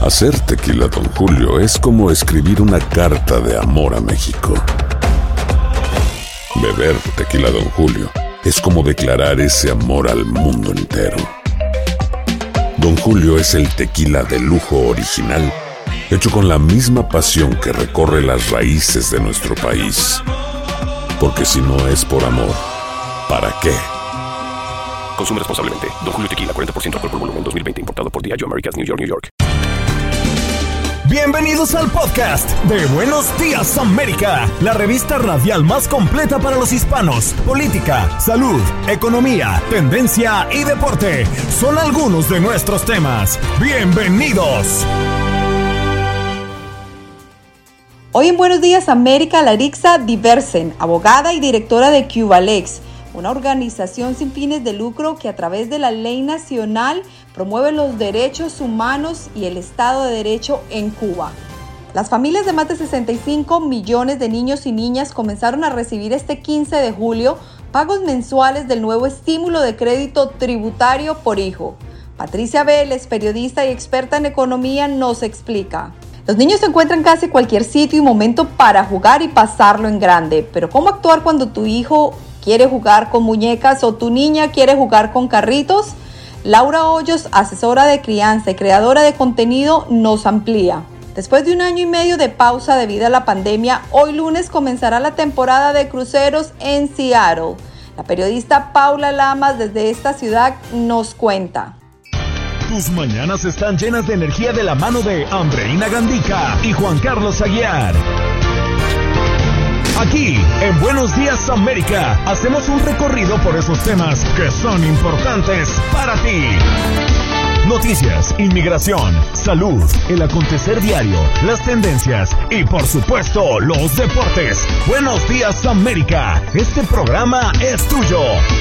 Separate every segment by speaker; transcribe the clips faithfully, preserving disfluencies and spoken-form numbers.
Speaker 1: Hacer tequila Don Julio es como escribir una carta de amor a México. Beber tequila Don Julio es como declarar ese amor al mundo entero. Don Julio es el tequila de lujo original, hecho con la misma pasión que recorre las raíces de nuestro país. Porque si no es por amor, ¿para qué?
Speaker 2: Consume responsablemente. Don Julio Tequila, cuarenta por ciento alcohol por volumen, dos mil veinte, importado por Diageo Americas, New York, New York.
Speaker 3: Bienvenidos al podcast de Buenos Días América, la revista radial más completa para los hispanos. Política, salud, economía, tendencia y deporte son algunos de nuestros temas. ¡Bienvenidos!
Speaker 4: Hoy en Buenos Días América, Larixa Diversen, abogada y directora de Cubalex, una organización sin fines de lucro que a través de la ley nacional promueve los derechos humanos y el Estado de Derecho en Cuba. Las familias de más de sesenta y cinco millones de niños y niñas comenzaron a recibir este quince de julio pagos mensuales del nuevo estímulo de crédito tributario por hijo. Patricia Vélez, periodista y experta en economía, nos explica. Los niños encuentran casi cualquier sitio y momento para jugar y pasarlo en grande, pero ¿cómo actuar cuando tu hijo quiere jugar con muñecas o tu niña quiere jugar con carritos? Laura Hoyos, asesora de crianza y creadora de contenido, nos amplía. Después de un año y medio de pausa debido a la pandemia, hoy lunes comenzará la temporada de cruceros en Seattle. La periodista Paula Lamas desde esta ciudad nos cuenta.
Speaker 3: Tus mañanas están llenas de energía de la mano de Andreina Gandica y Juan Carlos Aguiar. Aquí, en Buenos Días América, hacemos un recorrido por esos temas que son importantes para ti. Noticias, inmigración, salud, el acontecer diario, las tendencias y, por supuesto, los deportes. Buenos Días América, este programa es tuyo.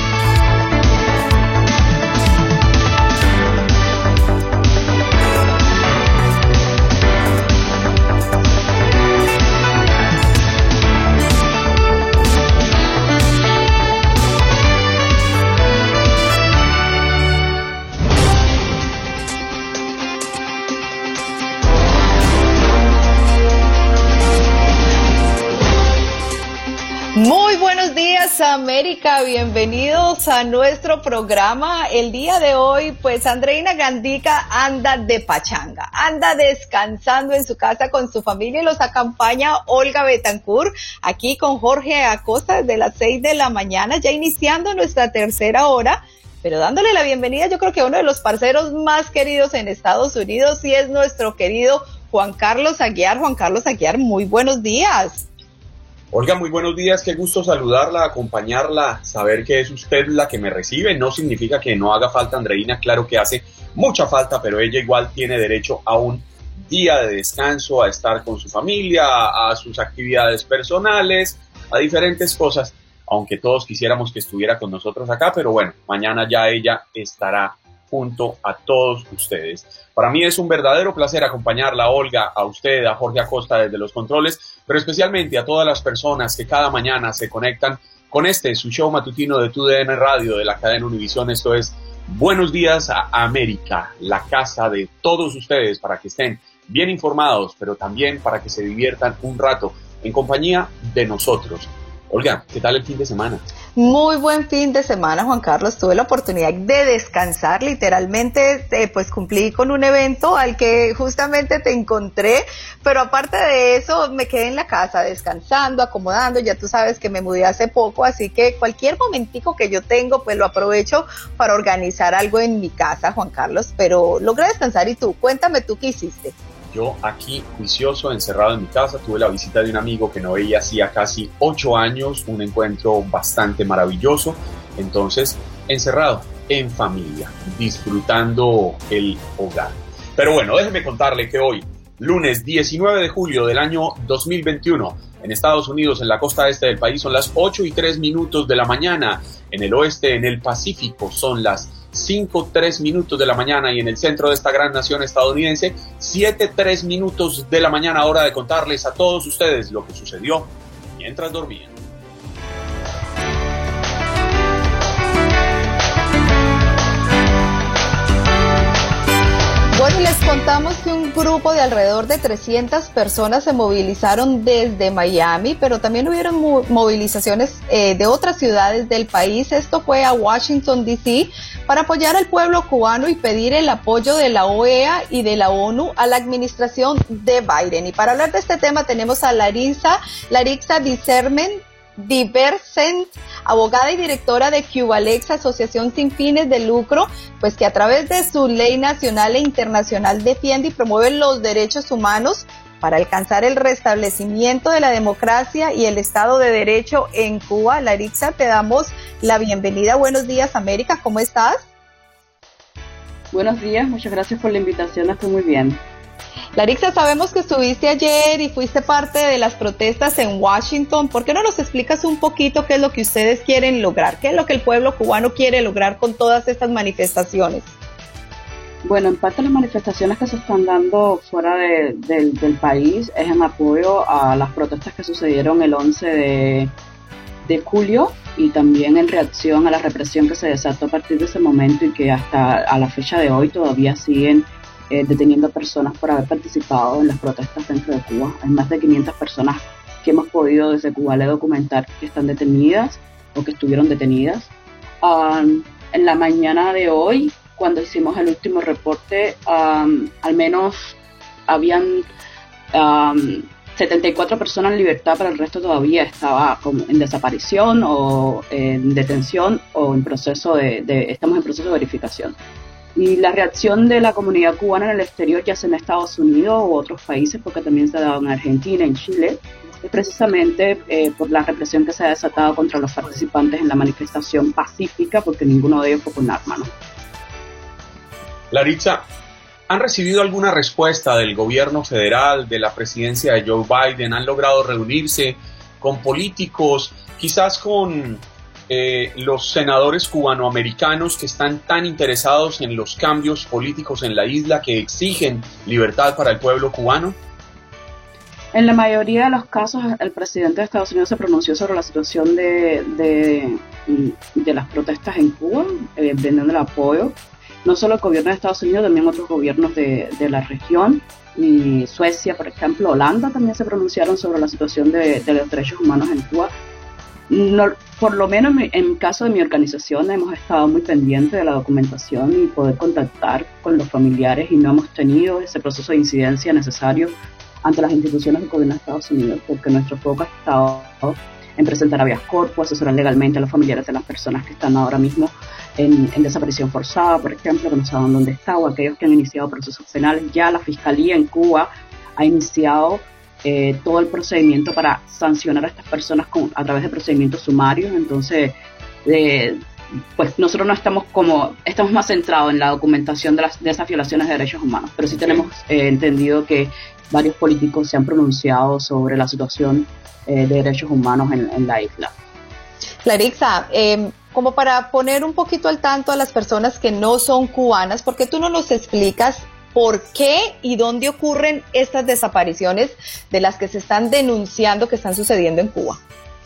Speaker 4: Muy buenos días América, bienvenidos a nuestro programa. El día de hoy, pues Andreina Gandica anda de pachanga, anda descansando en su casa con su familia y los acompaña Olga Betancourt, aquí con Jorge Acosta desde las seis de la mañana, ya iniciando nuestra tercera hora, pero dándole la bienvenida yo creo que a uno de los parceros más queridos en Estados Unidos y es nuestro querido Juan Carlos Aguiar. Juan Carlos Aguiar, muy buenos días.
Speaker 5: Olga, muy buenos días, qué gusto saludarla, acompañarla, saber que es usted la que me recibe, no significa que no haga falta Andreina, claro que hace mucha falta, pero ella igual tiene derecho a un día de descanso, a estar con su familia, a, a sus actividades personales, a diferentes cosas, aunque todos quisiéramos que estuviera con nosotros acá, pero bueno, mañana ya ella estará junto a todos ustedes. Para mí es un verdadero placer acompañarla, Olga, a usted, a Jorge Acosta desde los controles, pero especialmente a todas las personas que cada mañana se conectan con este, su show matutino de T U D N Radio, de la cadena Univisión. Esto es Buenos Días a América, la casa de todos ustedes, para que estén bien informados, pero también para que se diviertan un rato en compañía de nosotros. Olga, ¿qué tal el fin de semana?
Speaker 4: Muy buen fin de semana, Juan Carlos. Tuve la oportunidad de descansar, literalmente, eh, pues cumplí con un evento al que justamente te encontré, pero aparte de eso me quedé en la casa descansando, acomodando. Ya tú sabes que me mudé hace poco, así que cualquier momentico que yo tengo, pues lo aprovecho para organizar algo en mi casa, Juan Carlos, pero logré descansar. ¿Y tú? Cuéntame tú qué hiciste.
Speaker 5: Yo aquí, juicioso, encerrado en mi casa, tuve la visita de un amigo que no veía hacía casi ocho años, un encuentro bastante maravilloso, entonces encerrado en familia, disfrutando el hogar. Pero bueno, déjeme contarle que hoy, lunes diecinueve de julio del año dos mil veintiuno, en Estados Unidos, en la costa este del país, son las ocho y tres minutos de la mañana, en el oeste, en el Pacífico, son las cinco tres minutos de la mañana y en el centro de esta gran nación estadounidense, siete tres minutos de la mañana, hora de contarles a todos ustedes lo que sucedió mientras dormían.
Speaker 4: Bueno, les contamos que un grupo de alrededor de trescientas personas se movilizaron desde Miami, pero también hubieron mo- movilizaciones eh, de otras ciudades del país. Esto fue a Washington, D C, para apoyar al pueblo cubano y pedir el apoyo de la O E A y de la ONU a la administración de Biden. Y para hablar de este tema tenemos a Larissa, Larissa Diversen, Diversen, abogada y directora de Cubalex, asociación sin fines de lucro, pues que a través de su ley nacional e internacional defiende y promueve los derechos humanos para alcanzar el restablecimiento de la democracia y el Estado de Derecho en Cuba. Larissa, te damos la bienvenida. Buenos días, América, ¿cómo estás?
Speaker 6: Buenos días, muchas gracias por la invitación, estoy muy bien.
Speaker 4: Larissa, sabemos que estuviste ayer y fuiste parte de las protestas en Washington. ¿Por qué no nos explicas un poquito qué es lo que ustedes quieren lograr? ¿Qué es lo que el pueblo cubano quiere lograr con todas estas manifestaciones?
Speaker 6: Bueno, en parte las manifestaciones que se están dando fuera de, de, del país es en apoyo a las protestas que sucedieron el once de, de julio y también en reacción a la represión que se desató a partir de ese momento y que hasta a la fecha de hoy todavía siguen Eh, deteniendo a personas por haber participado en las protestas dentro de Cuba. Hay más de quinientas personas que hemos podido desde Cubalex documentar que están detenidas o que estuvieron detenidas. Um, en la mañana de hoy, cuando hicimos el último reporte, um, al menos habían um, setenta y cuatro personas en libertad, pero el resto todavía estaba como en desaparición o en detención o en proceso de, de estamos en proceso de verificación. Y la reacción de la comunidad cubana en el exterior, ya sea en Estados Unidos u otros países, porque también se ha dado en Argentina, en Chile, es precisamente eh, por la represión que se ha desatado contra los participantes en la manifestación pacífica, porque ninguno de ellos fue con arma, ¿no?
Speaker 5: Larissa, ¿han recibido alguna respuesta del gobierno federal, de la presidencia de Joe Biden? ¿Han logrado reunirse con políticos, quizás con Eh, los senadores cubanoamericanos que están tan interesados en los cambios políticos en la isla, que exigen libertad para el pueblo cubano?
Speaker 6: En la mayoría de los casos, el presidente de Estados Unidos se pronunció sobre la situación de, de, de las protestas en Cuba, eh, brindando el apoyo. No solo el gobierno de Estados Unidos, también otros gobiernos de, de la región. Y Suecia, por ejemplo, Holanda también se pronunciaron sobre la situación de, de los derechos humanos en Cuba. No, por lo menos en, mi, en el caso de mi organización hemos estado muy pendientes de la documentación y poder contactar con los familiares y no hemos tenido ese proceso de incidencia necesario ante las instituciones del gobierno de Estados Unidos, porque nuestro foco ha estado en presentar habeas corpus, asesorar legalmente a los familiares de las personas que están ahora mismo en, en desaparición forzada, por ejemplo, que no saben dónde está, o aquellos que han iniciado procesos penales. Ya la Fiscalía en Cuba ha iniciado Eh, todo el procedimiento para sancionar a estas personas con, a través de procedimientos sumarios. Entonces, eh, pues nosotros no estamos como, estamos más centrados en la documentación de, las, de esas violaciones de derechos humanos, pero sí tenemos eh, entendido que varios políticos se han pronunciado sobre la situación eh, de derechos humanos en, en la isla.
Speaker 4: Larissa, eh, como para poner un poquito al tanto a las personas que no son cubanas, ¿por qué tú no nos explicas por qué y dónde ocurren estas desapariciones de las que se están denunciando que están sucediendo en Cuba?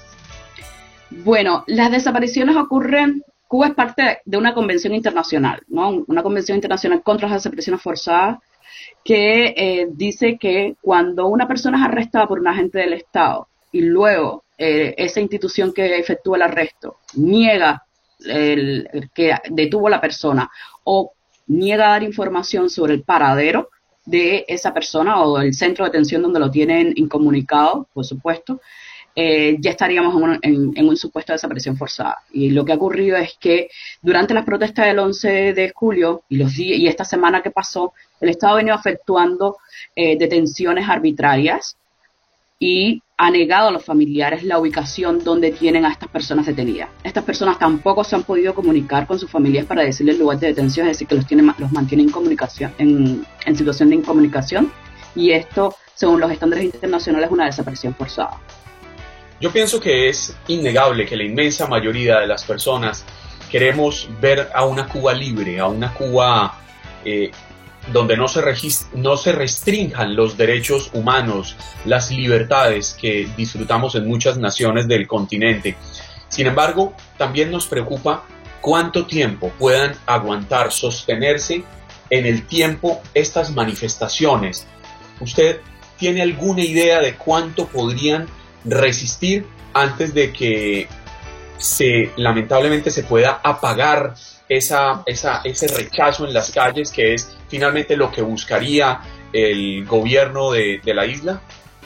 Speaker 6: Bueno, las desapariciones ocurren, Cuba es parte de una convención internacional, ¿no? Una convención internacional contra las desapariciones forzadas que eh, dice que cuando una persona es arrestada por un agente del Estado y luego eh, esa institución que efectúa el arresto niega el, el que detuvo a la persona o niega a dar información sobre el paradero de esa persona o el centro de detención donde lo tienen incomunicado, por supuesto, eh, ya estaríamos en un, en, en un supuesto de desaparición forzada. Y lo que ha ocurrido es que durante las protestas del once de julio y, los días, y esta semana que pasó, el Estado ha venido efectuando eh, detenciones arbitrarias y ha negado a los familiares la ubicación donde tienen a estas personas detenidas. Estas personas tampoco se han podido comunicar con sus familias para decirles el lugar de detención, es decir, que los, tienen, los mantienen en, comunicación, en, en situación de incomunicación, y esto, según los estándares internacionales, es una desaparición forzada.
Speaker 5: Yo pienso que es innegable que la inmensa mayoría de las personas queremos ver a una Cuba libre, a una Cuba eh, donde no se, regist- no se restrinjan los derechos humanos, las libertades que disfrutamos en muchas naciones del continente. Sin embargo, también nos preocupa cuánto tiempo puedan aguantar, sostenerse en el tiempo estas manifestaciones, ¿usted tiene alguna idea de cuánto podrían resistir antes de que se, lamentablemente se pueda apagar esa, esa, ese rechazo en las calles, que es finalmente lo que buscaría el gobierno de, de la isla?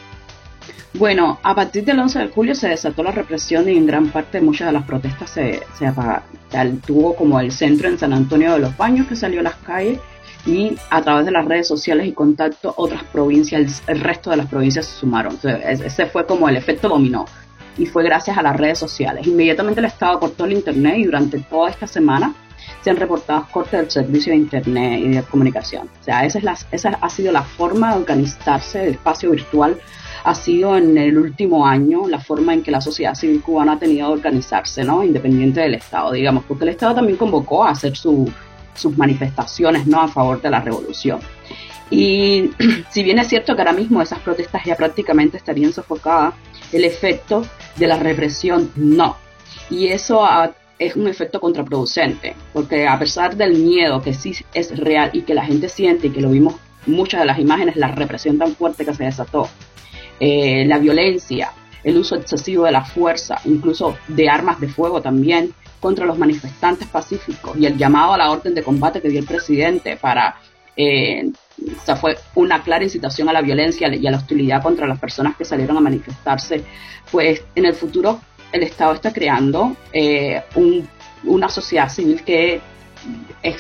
Speaker 6: Bueno, a partir del once de julio se desató la represión y en gran parte muchas de las protestas se, se apagaron. Tuvo como el centro en San Antonio de los Baños, que salió a las calles, y a través de las redes sociales y contacto otras provincias, el resto de las provincias se sumaron. Entonces, ese fue como el efecto dominó, y fue gracias a las redes sociales. Inmediatamente el Estado cortó el internet y durante toda esta semana se han reportado cortes del servicio de internet y de comunicación. O sea, esa, es la, esa ha sido la forma de organizarse. El espacio virtual ha sido en el último año la forma en que la sociedad civil cubana ha tenido de organizarse, ¿no? Independiente del Estado, digamos, porque el Estado también convocó a hacer su, sus manifestaciones, ¿no?, a favor de la revolución. Y si bien es cierto que ahora mismo esas protestas ya prácticamente estarían sofocadas, el efecto de la represión no. Y eso ha, es un efecto contraproducente, porque a pesar del miedo que sí es real y que la gente siente y que lo vimos en muchas de las imágenes, la represión tan fuerte que se desató, eh, la violencia, el uso excesivo de la fuerza, incluso de armas de fuego también, contra los manifestantes pacíficos, y el llamado a la orden de combate que dio el presidente para... Eh, o sea, fue una clara incitación a la violencia y a la hostilidad contra las personas que salieron a manifestarse. Pues en el futuro el Estado está creando eh, un, una sociedad civil que, es,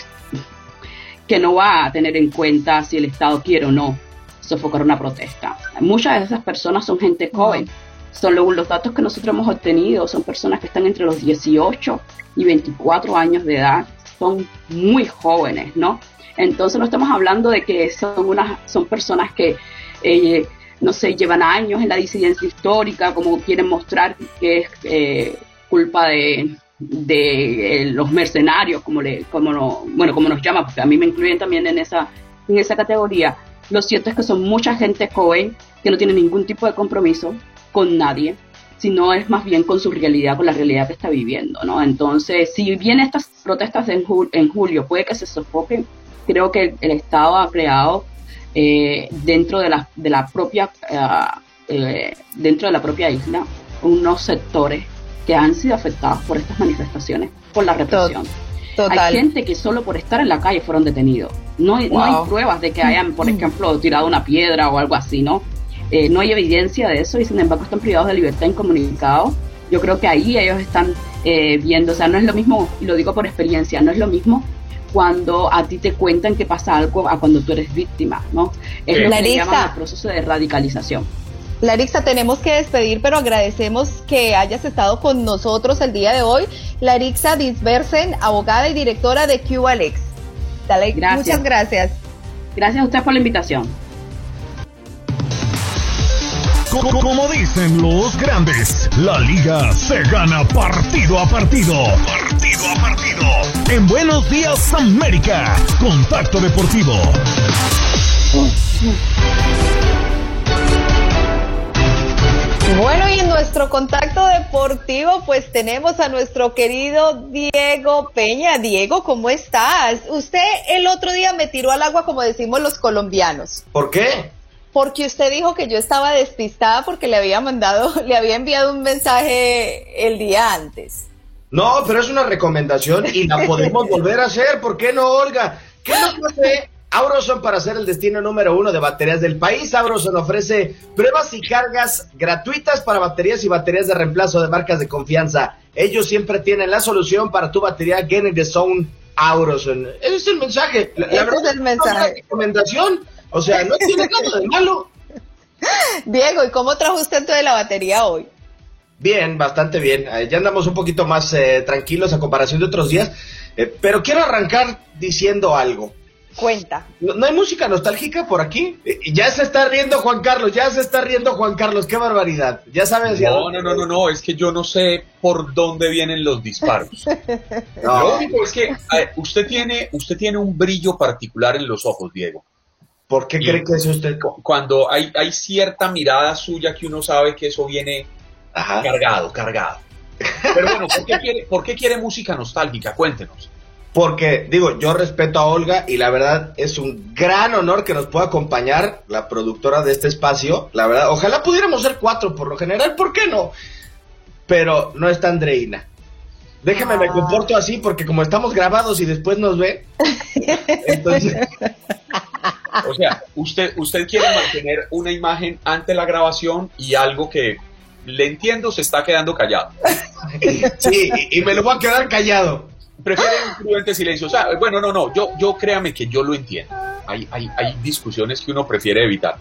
Speaker 6: que no va a tener en cuenta si el Estado quiere o no sofocar una protesta. Muchas de esas personas son gente joven. Son los, los datos que nosotros hemos obtenido, son personas que están entre los dieciocho y veinticuatro años de edad. Son muy jóvenes, ¿no? Entonces no estamos hablando de que son unas son personas que, eh, no sé, llevan años en la disidencia histórica, como quieren mostrar que es eh, culpa de, de eh, los mercenarios, como le, como no, bueno, como nos llaman, porque a mí me incluyen también en esa, en esa categoría. Lo cierto es que son mucha gente joven que no tiene ningún tipo de compromiso con nadie, sino es más bien con su realidad, con la realidad que está viviendo, ¿no? Entonces, si bien estas protestas en, jul- en julio puede que se sofoquen, creo que el, el Estado ha creado eh, dentro de la de la propia uh, eh, dentro de la propia isla unos sectores que han sido afectados por estas manifestaciones, por la represión. Total. Hay gente que solo por estar en la calle fueron detenidos. No hay, wow. no hay pruebas de que hayan, por ejemplo, tirado una piedra o algo así, ¿no? Eh, no hay evidencia de eso y sin embargo están privados de libertad incomunicados. Yo creo que ahí ellos están eh, viendo, o sea, no es lo mismo, y lo digo por experiencia, no es lo mismo cuando a ti te cuentan que pasa algo a cuando tú eres víctima, ¿no? Es lo que llaman el proceso de radicalización.
Speaker 4: Larissa, tenemos que despedir, pero agradecemos que hayas estado con nosotros el día de hoy. Larissa Disbersen, abogada y directora de Cubalex. Dale, gracias. Muchas gracias.
Speaker 6: Gracias a ustedes por la invitación.
Speaker 3: Como dicen los grandes, la liga se gana partido a partido. Partido a partido. En Buenos Días América, Contacto Deportivo.
Speaker 4: Bueno, y en nuestro Contacto Deportivo, pues tenemos a nuestro querido Diego Peña. Diego, ¿cómo estás? Usted el otro día me tiró al agua, como decimos los colombianos.
Speaker 7: ¿Por qué?
Speaker 4: Porque usted dijo que yo estaba despistada porque le había mandado, le había enviado un mensaje el día antes.
Speaker 7: No, pero es una recomendación y la podemos volver a hacer. ¿Por qué no, Olga? ¿Qué nos ofrece Auroson para ser el destino número uno de baterías del país? Auroson ofrece pruebas y cargas gratuitas para baterías y baterías de reemplazo de marcas de confianza. Ellos siempre tienen la solución para tu batería. Get in the zone, Auroson. Ese es el mensaje. La,
Speaker 4: Ese es el mensaje.
Speaker 7: Es una recomendación. O sea, no tiene nada de malo.
Speaker 4: Diego, ¿y cómo trajo usted entonces la batería hoy?
Speaker 7: Bien, bastante bien. Eh, ya andamos un poquito más eh, tranquilos a comparación de otros días. Eh, pero quiero arrancar diciendo algo.
Speaker 4: Cuenta.
Speaker 7: ¿No, no hay música nostálgica por aquí? Eh, ya se está riendo Juan Carlos, ya se está riendo Juan Carlos. ¡Qué barbaridad! Ya sabes.
Speaker 5: No, no, no, no, no, es que yo no sé por dónde vienen los disparos. No. Lo único es que eh, usted tiene, usted tiene un brillo particular en los ojos, Diego.
Speaker 7: ¿Por qué y cree que es usted?
Speaker 5: Cuando hay, hay cierta mirada suya que uno sabe que eso viene Ajá. cargado, cargado. Pero bueno, ¿por qué quiere, por qué quiere música nostálgica? Cuéntenos.
Speaker 7: porque, digo, yo respeto a Olga y la verdad es un gran honor que nos pueda acompañar la productora de este espacio. La verdad, ojalá pudiéramos ser cuatro por lo general, ¿por qué no? Pero no está Andreina. Déjame, ah. me comporto así porque como estamos grabados y después nos ve, entonces...
Speaker 5: O sea, usted, usted quiere mantener una imagen ante la grabación y algo que, le entiendo, se está quedando callado.
Speaker 7: Sí, y, y me lo voy a quedar callado.
Speaker 5: Prefiere un prudente silencio. O sea, bueno, no, no, yo, yo créame que yo lo entiendo. Hay, hay, hay discusiones que uno prefiere evitar.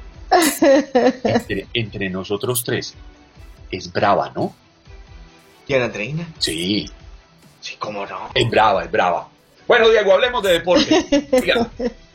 Speaker 5: Entre, entre nosotros tres, es brava, ¿no?
Speaker 7: ¿Quién, Andreina?
Speaker 5: Sí.
Speaker 7: Sí, cómo no.
Speaker 5: Es brava, es brava. Bueno, Diego, hablemos de deporte. Dígame.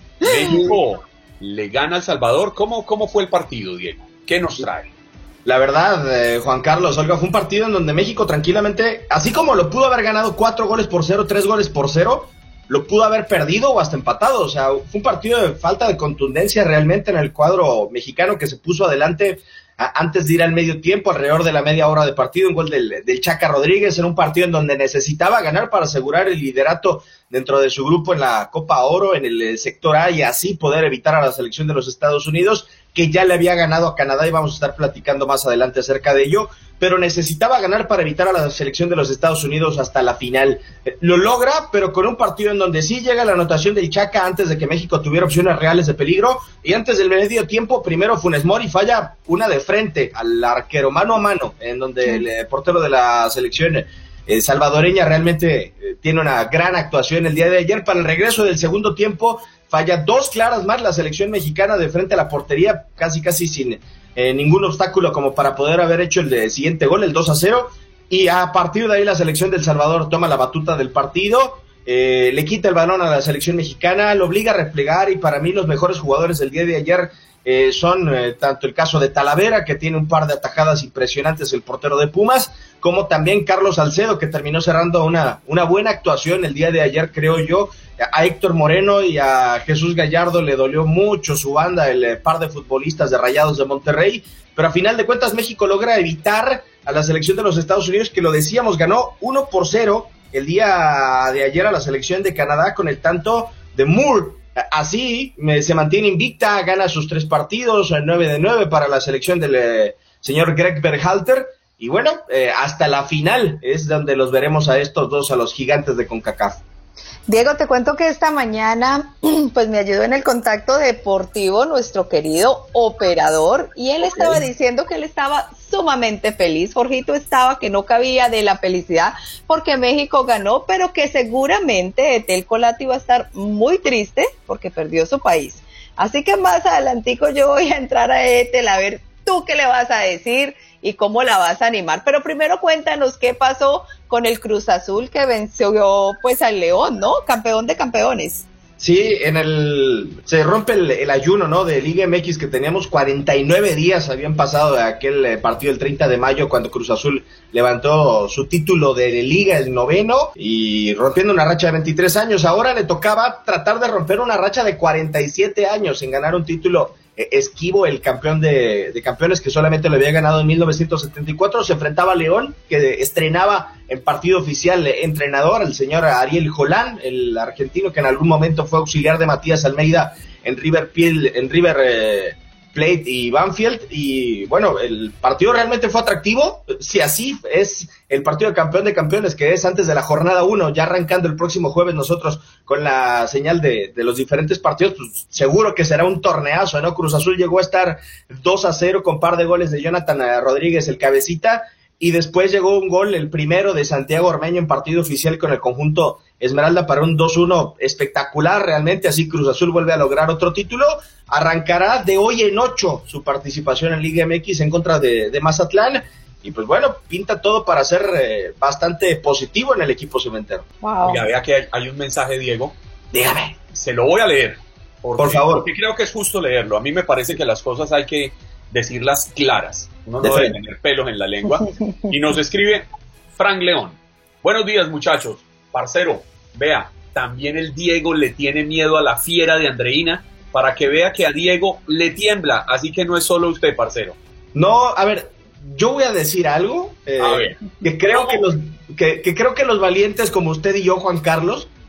Speaker 5: México le gana a El Salvador. ¿Cómo, ¿Cómo fue el partido, Diego? ¿Qué nos trae?
Speaker 7: La verdad, eh, Juan Carlos, Olga, fue un partido en donde México tranquilamente, así como lo pudo haber ganado cuatro goles por cero, tres goles por cero, lo pudo haber perdido o hasta empatado. O sea, fue un partido de falta de contundencia realmente en el cuadro mexicano que se puso adelante a, antes de ir al medio tiempo, alrededor de la media hora de partido, un gol del, del Chaca Rodríguez en un partido en donde necesitaba ganar para asegurar el liderato dentro de su grupo en la Copa Oro, en el sector A, y así poder evitar a la selección de los Estados Unidos, que ya le había ganado a Canadá, y vamos a estar platicando más adelante acerca de ello, pero necesitaba ganar para evitar a la selección de los Estados Unidos hasta la final. Lo logra, pero con un partido en donde sí llega la anotación del Chaca antes de que México tuviera opciones reales de peligro, y antes del medio tiempo, primero Funes Mori falla una de frente al arquero, mano a mano, en donde sí. el portero de la selección eh, salvadoreña realmente eh, tiene una gran actuación el día de ayer. Para el regreso del segundo tiempo, falla dos claras más la selección mexicana de frente a la portería, casi casi sin eh, ningún obstáculo como para poder haber hecho el de siguiente gol, el dos a cero, y a partir de ahí la selección de El Salvador toma la batuta del partido, eh, le quita el balón a la selección mexicana, lo obliga a replegar, y para mí los mejores jugadores del día de ayer eh, son eh, tanto el caso de Talavera, que tiene un par de atajadas impresionantes, el portero de Pumas, como también Carlos Salcedo, que terminó cerrando una, una buena actuación el día de ayer, creo yo. A Héctor Moreno y a Jesús Gallardo le dolió mucho su banda, el eh, par de futbolistas de Rayados de Monterrey, pero a final de cuentas México logra evitar a la selección de los Estados Unidos, que lo decíamos, ganó uno por cero el día de ayer a la selección de Canadá con el tanto de Moore. Así me, se mantiene invicta, gana sus tres partidos, nueve de nueve para la selección del eh, señor Greg Berhalter, y bueno, eh, hasta la final es donde los veremos a estos dos, a los gigantes de CONCACAF.
Speaker 8: Diego, te cuento que esta mañana pues me ayudó en el contacto deportivo nuestro querido operador, y él okay. estaba diciendo que él estaba sumamente feliz. Jorgito estaba que no cabía de la felicidad porque México ganó, pero que seguramente Etel Colati va a estar muy triste porque perdió su país. Así que más adelantico yo voy a entrar a Etel a ver tú qué le vas a decir y cómo la vas a animar. Pero primero cuéntanos qué pasó con el Cruz Azul, que venció pues al León, ¿no? Campeón de campeones.
Speaker 7: Sí, en el se rompe el, el ayuno, ¿no? De Liga M X que teníamos. Cuarenta y nueve días habían pasado de aquel partido el treinta de mayo, cuando Cruz Azul levantó su título de Liga, el noveno, y rompiendo una racha de veintitrés años. Ahora le tocaba tratar de romper una racha de cuarenta y siete años en ganar un título esquivo. El campeón de, de campeones, que solamente lo había ganado en mil novecientos setenta y cuatro, se enfrentaba a León, que estrenaba en partido oficial entrenador, el señor Ariel Jolán, el argentino que en algún momento fue auxiliar de Matías Almeida en River, Piel, en River eh, Plate y Banfield. Y bueno, el partido realmente fue atractivo. Si así es el partido de campeón de campeones, que es antes de la jornada uno, ya arrancando el próximo jueves nosotros con la señal de, de los diferentes partidos, pues seguro que será un torneazo, ¿no? Cruz Azul llegó a estar dos a cero con par de goles de Jonathan Rodríguez, el cabecita, y después llegó un gol, el primero de Santiago Ormeño en partido oficial con el conjunto Esmeralda, para un dos uno espectacular realmente. Así Cruz Azul vuelve a lograr otro título. Arrancará de hoy en ocho su participación en Liga M X en contra de, de Mazatlán, y pues bueno, pinta todo para ser eh, bastante positivo en el equipo cementero.
Speaker 8: Wow.
Speaker 5: Oiga, vea que hay, hay un mensaje, Diego.
Speaker 7: Dígame.
Speaker 5: Se lo voy a leer. Porque,
Speaker 7: por favor.
Speaker 5: Porque creo que es justo leerlo. A mí me parece que las cosas hay que decirlas claras. Uno no debe tener pelos en la lengua. Y nos escribe Frank León. Buenos días, muchachos. Parcero, vea, también el Diego le tiene miedo a la fiera de Andreina, para que vea que a Diego le tiembla. Así que no es solo usted, parcero.
Speaker 7: No, a ver, yo voy a decir algo eh, a ver. que creo que los que, que creo que los valientes como usted y yo, Juan Carlos,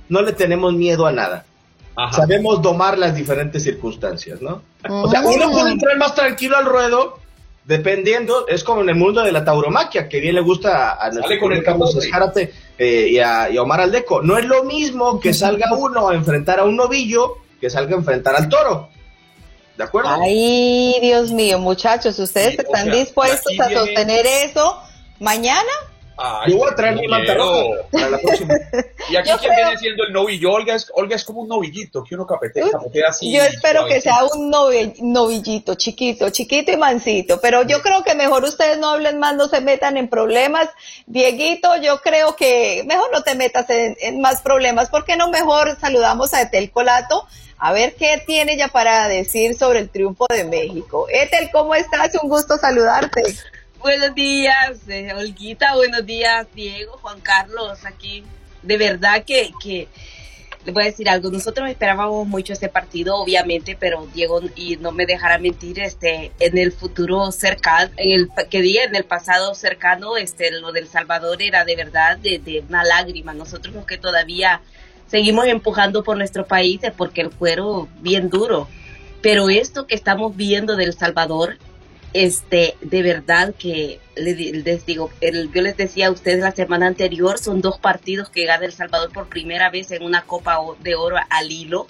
Speaker 7: no le tenemos miedo a nada. Ajá. Sabemos domar las diferentes circunstancias, ¿no? Uh-huh. O sea, uno puede entrar más tranquilo al ruedo, dependiendo, es como en el mundo de la tauromaquia, que bien le gusta a, a
Speaker 5: Sale con el
Speaker 7: Carlos Escárate eh, y, a, y a Omar Aldeco. No es lo mismo que salga uno a enfrentar a un novillo que salga a enfrentar al toro. ¿De acuerdo?
Speaker 8: Ay, Dios mío, muchachos, ¿ustedes sí, están o sea, dispuestos a viene... sostener eso mañana?
Speaker 5: Ay, yo voy a traer mi manta roja para la próxima. ¿Y aquí quién creo... viene siendo el novillo? Olga es, Olga es como un novillito que uno capetea, capetea así.
Speaker 8: Yo espero que sea un novi, novillito, chiquito, chiquito y mansito, pero yo creo que mejor ustedes no hablen más, no se metan en problemas. Dieguito, yo creo que mejor no te metas en, en más problemas, porque no mejor saludamos a Etel Colato, a ver qué tiene ya para decir sobre el triunfo de México. Etel, ¿cómo estás? Un gusto saludarte.
Speaker 9: Buenos días, eh, Olguita, buenos días, Diego, Juan Carlos, aquí. De verdad que, que, les voy a decir algo, nosotros esperábamos mucho este partido, obviamente, pero Diego, y no me dejará mentir, este, en el futuro cercano, en el, que diga, en el pasado cercano, este, lo del Salvador era de verdad de, de una lágrima. Nosotros los que todavía seguimos empujando por nuestro país es porque el cuero bien duro, pero esto que estamos viendo del Salvador, Este, de verdad que les, les digo, el, yo les decía a ustedes la semana anterior, son dos partidos que gana El Salvador por primera vez en una Copa de Oro al hilo.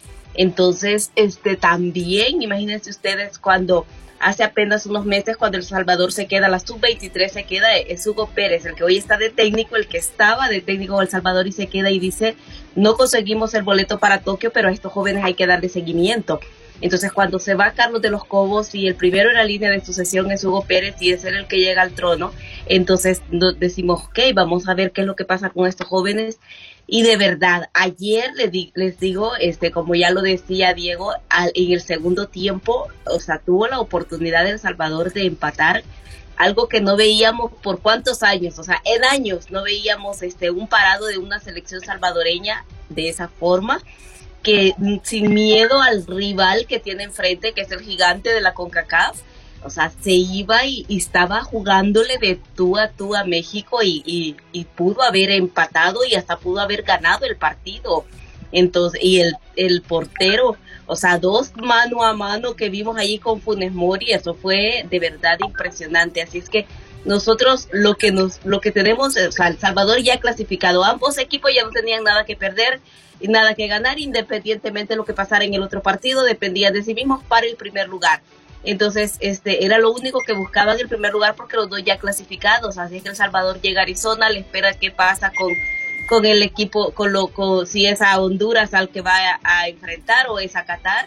Speaker 9: Entonces, este, también, imagínense ustedes cuando hace apenas unos meses, cuando El Salvador se queda, la sub veintitrés se queda, es Hugo Pérez, el que hoy está de técnico, el que estaba de técnico de El Salvador y se queda y dice, no conseguimos el boleto para Tokio, pero a estos jóvenes hay que darle seguimiento. Entonces, cuando se va Carlos de los Cobos y el primero en la línea de sucesión es Hugo Pérez y es él el que llega al trono, entonces nos decimos, ok, vamos a ver qué es lo que pasa con estos jóvenes. Y de verdad, ayer les, di, les digo, este, como ya lo decía Diego, al, en el segundo tiempo, o sea, tuvo la oportunidad de El Salvador de empatar, algo que no veíamos por cuántos años, o sea, en años no veíamos este un parado de una selección salvadoreña de esa forma, que sin miedo al rival que tiene enfrente, que es el gigante de la CONCACAF, o sea, se iba y, y estaba jugándole de tú a tú a México y, y, y pudo haber empatado y hasta pudo haber ganado el partido. Entonces, y el, el portero, o sea, dos mano a mano que vimos allí con Funes Mori, eso fue de verdad impresionante. Así es que nosotros lo que nos, lo que tenemos, o sea, El Salvador ya clasificado, ambos equipos ya no tenían nada que perder y nada que ganar, independientemente de lo que pasara en el otro partido, dependía de sí mismos para el primer lugar. Entonces, este era lo único que buscaban el primer lugar porque los dos ya clasificados, así que El Salvador llega a Arizona, le espera qué pasa con, con el equipo, con lo, con, si es a Honduras al que va a, a enfrentar o es a Qatar,